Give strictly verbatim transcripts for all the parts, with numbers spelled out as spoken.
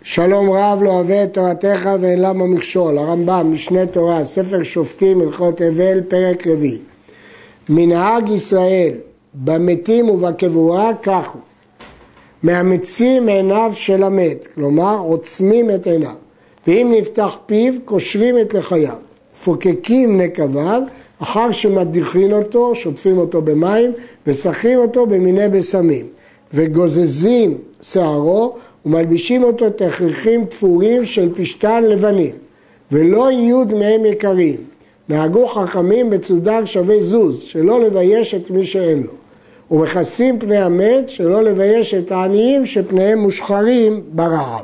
שלום רב לא אוהב את תורתך ואין למה מכשול. הרמב"ם, משנה תורה, ספר שופטים, הלכות אבל, פרק רביעי. מנהג ישראל במתים ובקבורה כך הוא. מאמצים עיניו של המת, כלומר עוצמים את עיניו. ואם נפתח פיו, קושרים את לחייו. פוקקים נקביו, אחר שמדיחים אותו, שוטפים אותו במים, ושחים אותו במיני בשמים. וגוזזים שערו, ומלבישים אותו תכריכים תפורים של פשתן לבנים. ולא יהיו דמיהם יקרים. נהגו חכמים בצודר שווה זוז, שלא לבייש את מי שאין לו. ומכסים פני המת, שלא לבייש את העניים שפניהם מושחרים ברעב.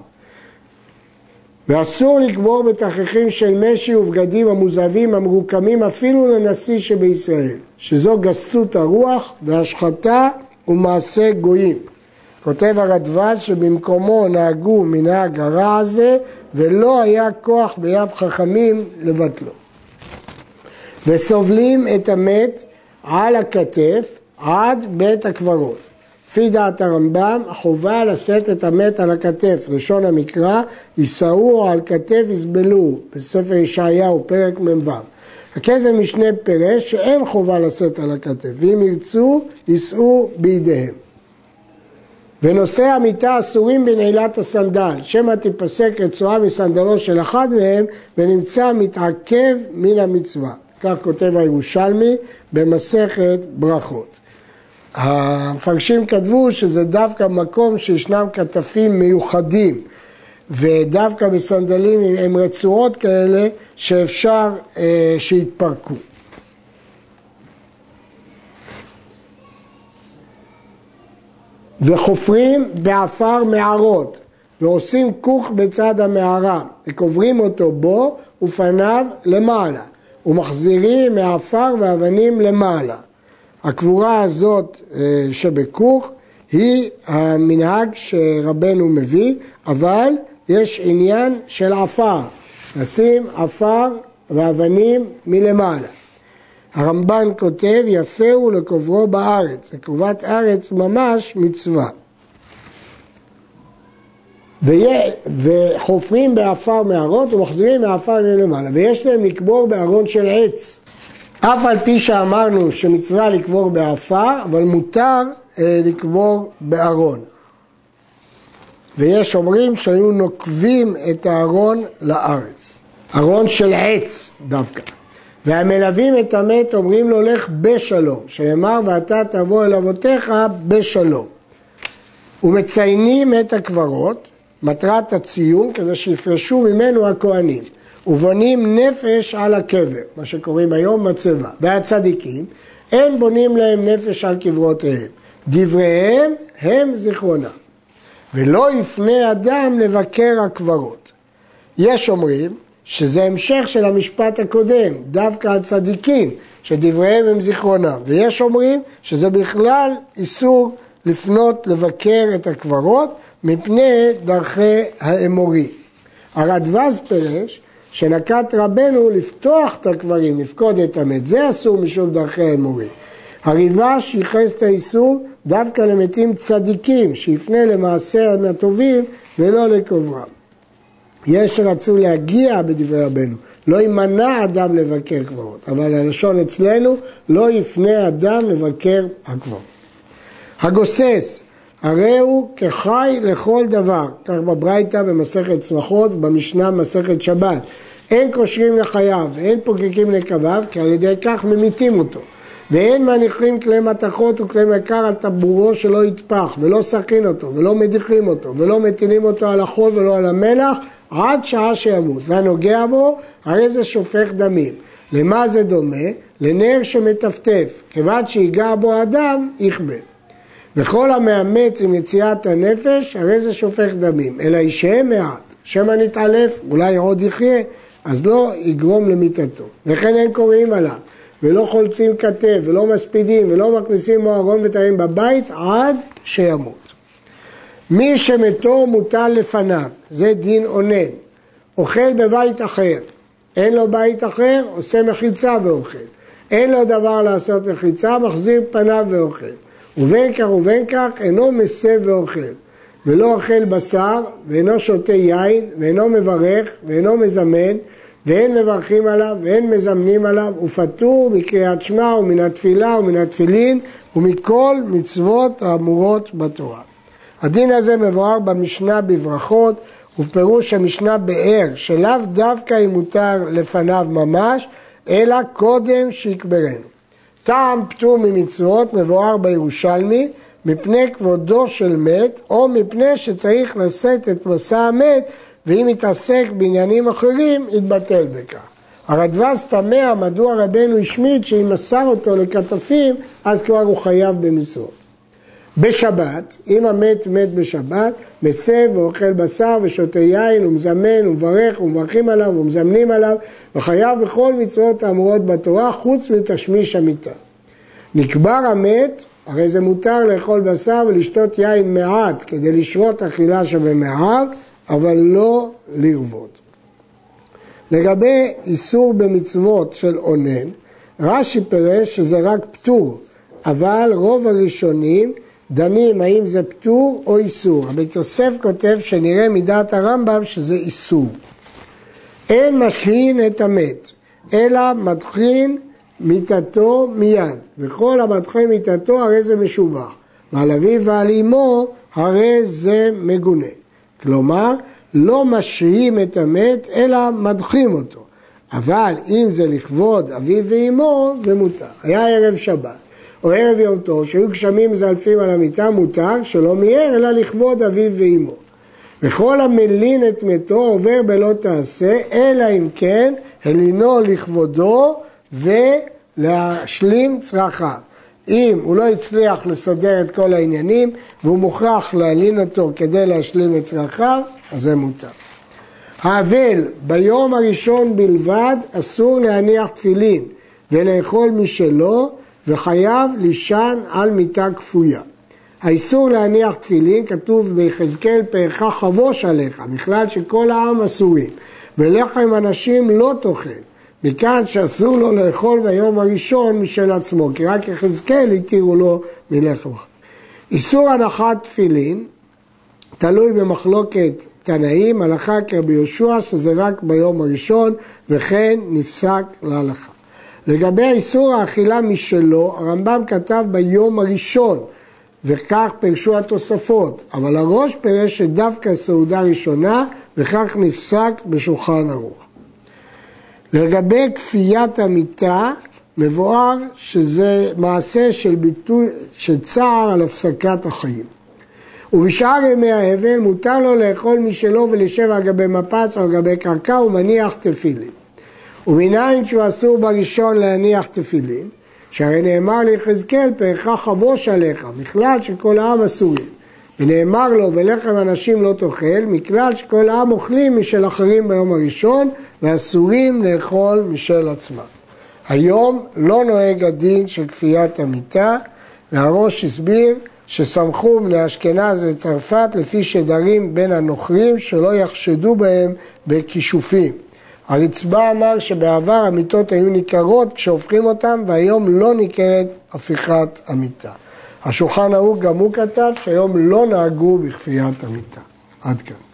ואסור לקבור בתכריכים של משי ובגדים המוזבים המרוקמים אפילו לנשיא שבישראל, שזו גסות הרוח והשחתה ומעשה גויים. כותב הרדב"ז שבמקומו נהגו מנהג הרע הזה ולא היה כוח ביד חכמים לבטלו. וסובלים את המת על הכתף עד בית הקברות. לפי דעת הרמב"ם, החובה לשאת את המת על הכתף, לשון המקרא, יישאו על כתף יסבלו, בספר ישעיהו, פרק מ"ו. הכסף משנה פירש שאין חובה לשאת על הכתף, ואם ירצו, יישאו בידיהם. ונושאי המיטה אסורים בנעילת הסנדל, שמא תיפסק רצועה מסנדלו של אחד מהם, ונמצא מתעכב מן המצווה. כך כותב הירושלמי במסכת ברכות. המפרשים כתבו שזה דווקא מקום שישנם כתפים מיוחדים, ודווקא בסנדלים הם רצועות כאלה שאפשר אה, שיתפרקו. וחופרים בעפר מערות, ועושים כוך בצד המערה, וקוברים אותו בו ופניו למעלה, ומחזירים מעפר ואבנים למעלה. הקבורה הזאת שבכוך היא המנהג שרבנו מביא, אבל יש עניין של עפר, נשים עפר ואבנים מלמעלה. הרמב"ן כותב יפה הוא לקוברו בארץ, לקרובת ארץ ממש מצווה. וחופרים בעפר מערות ומחזירים מעפר מלמעלה, ויש להם לקבור בארון של עץ. אף על פי שאמרנו שמצווה לקבור בעפר, אבל מותר אה, לקבור בארון. ויש אומרים שהיו נוקבים את הארון לארץ. ארון של עץ דווקא. והמלווים את המת אומרים לו לך בשלום, שנאמר ואתה תבוא אל אבותיך בשלום. ומציינים את הקברות, מטרת הציון, כדי שיפרשו ממנו הכהנים. ובונים נפש על הקבר, מה שקוראים היום מצבה. והצדיקים, אין בונים להם נפש על קברותיהם. דבריהם הם זיכרונם. ולא יפנה אדם לבקר הקברות. יש אומרים שזה המשך של המשפט הקודם, דווקא הצדיקים, שדבריהם הם זיכרונם. ויש אומרים שזה בכלל איסור לפנות לבקר את הקברות, מפני דרכי האמורי. הרדב"ז פירש, שנקט רבנו לפתוח את הקברים, לפקוד את המת, זה אסור משום דרכי האמורי. הריב"ש ייחס את האיסור דווקא למתים צדיקים, שיפנה למעשה הטובים ולא לקוברם. יש שרצו להגיע בדברי רבנו, לא יימנע אדם לבקר קברות, אבל הלשון אצלנו, לא יפנה אדם לבקר הקברות. הגוסס, הרי הוא כחי לכל דבר, כך בברייתא במסכת צמחות ובמשנה במסכת שבת. אין קושרים לחייו ואין פוקקים לקביו, כי על ידי כך ממיתים אותו. ואין מניחים כלי מתכות וכלי מקר על טבורו שלא יתפח, ולא סכין אותו, ולא מדיחים אותו, ולא מטילים אותו על החול ולא על המלח, עד שעה שימות. והנוגע בו, הרי זה שופך דמים. למה זה דומה? לנר שמטפטף, כיוון שיגע בו אדם, יכבה. וכל המאמץ עם יציאת הנפש, הרי זה שופך דמים, אלא ישהה מעט, שמא נתעלף, אולי עוד יחיה, אז לא יגרום למיתתו. וכן אין קוראים עליו, ולא חולצים כתף, ולא מספידים, ולא מכניסים מוארון ותרים בבית, עד שימות. מי שמתו מוטל לפניו, זה דין אונן, אוכל בבית אחר, אין לו בית אחר, עושה מחיצה ואוכל. אין לו דבר לעשות מחיצה, מחזיר פניו ואוכל. ובין כך ובין כך אינו מסב ואוכל. ולא אוכל בשר, ואינו שותה יין, ואינו מברך, ואינו מזמן, ואין מברכים עליו, ואין מזמנים עליו, הוא פטור מקריאת שמע ומן התפילה ומן התפילין, ומכל מצוות האמורות בתורה. הדין הזה מבואר במשנה בברכות, ובפירוש המשנה באר, שלאו דווקא אם מותר לפניו ממש, אלא קודם שיקברנו. טעם פטור ממצוות מבואר בירושלמי, מפני כבודו של מת, או מפני שצריך לשאת את מסע המת, ואם יתעסק בעניינים אחרים, יתבטל בכך. הרדב"ז תמה מדוע רבנו השמיט שאם מסר אותו לכתפים, אז כבר הוא חייב במצוות. בשבת, אם המת מת בשבת, מסב ואוכל בשר ושותה יין ומזמן ומברך ומברכים עליו ומזמנים עליו, וחייב בכל מצוות האמורות בתורה, חוץ מתשמיש המיטה. נקבר המת, הרי זה מותר לאכול בשר ולשתות יין מעט כדי לשרות אכילה שבמעט, אבל לא לרבות. לגבי איסור במצוות של אונן, רש"י פירש שזה רק פטור, אבל רוב הראשונים דנים האם זה פטור או איסור. הבית יוסף כותב שנראה מדעת הרמב"ם שזה איסור. אין משהין את המת, אלא מדחין מיתתו מיד, וכל המדחין מיתתו הרי זה משובח, ועל אביו ועל אמו הרי זה מגונה. כלומר, לא משהים את המת, אלא מדחים אותו. אבל אם זה לכבוד אביו ואמו, זה מותר. היה ערב שבת, או ערב יום טוב, שהיו גשמים מזלפים על המיטה, מותר שלא מיהר, אלא לכבוד אביו ואמו. וכל המלין את מתו עובר בלא תעשה, אלא אם כן, הלינו לכבודו ולהשלים צרכיו. אם הוא לא הצליח לסדר את כל העניינים, והוא מוכרח להלין אותו כדי להשלים את צרכיו, אז זה מותר. האבל, ביום הראשון בלבד אסור להניח תפילין ולאכול משלו, וחייב לישן על מיטה כפויה. האיסור להניח תפילין כתוב ביחזקאל פארך חבוש עליך, בכלל שכל העם אסורים, ולחם אנשים לא תאכל, מכאן שאסור לו לאכול ביום הראשון משל עצמו, כי רק יחזקאל התירו לו מלחם. איסור הנחת תפילין תלוי במחלוקת תנאים, הלכה כרבי יהושע שזה רק ביום הראשון, וכן נפסק להלכה. לגבי איסור האכילה משלו, הרמב"ם כתב ביום הראשון, וכך פרשו התוספות, אבל הראש פירש שדווקא סעודה ראשונה, וכך נפסק בשולחן ערוך. לגבי כפיית המיטה, מבואר שזה מעשה של ביטוי, של צער על הפסקת החיים. ובשאר ימי האבל מותר לו לאכול משלו ולשב על גבי מפץ או על גבי קרקע ומניח תפילין. ומנין שהוא אסור בראשון להניח תפילין, שהרי נאמר ליחזקאל פארך חבוש עליך, מכלל שכל העם אסורים. ונאמר לו ולחם אנשים לא תאכל, מכלל שכל העם אוכלים משל אחרים ביום הראשון, ואסורים לאכול משל עצמם. היום לא נוהג הדין של כפיית המיטה, והראש הסביר שסמכו בני אשכנז וצרפת לפי שדרים בין הנוכרים שלא יחשדו בהם בכישופים. הרצב"א אמר שבעבר המיטות היו ניכרות כשהופכים אותם, והיום לא ניכרת הפיכת המיטה. השולחן ערוך גם הוא כתב שהיום לא נהגו בכפיית המיטה. עד כאן.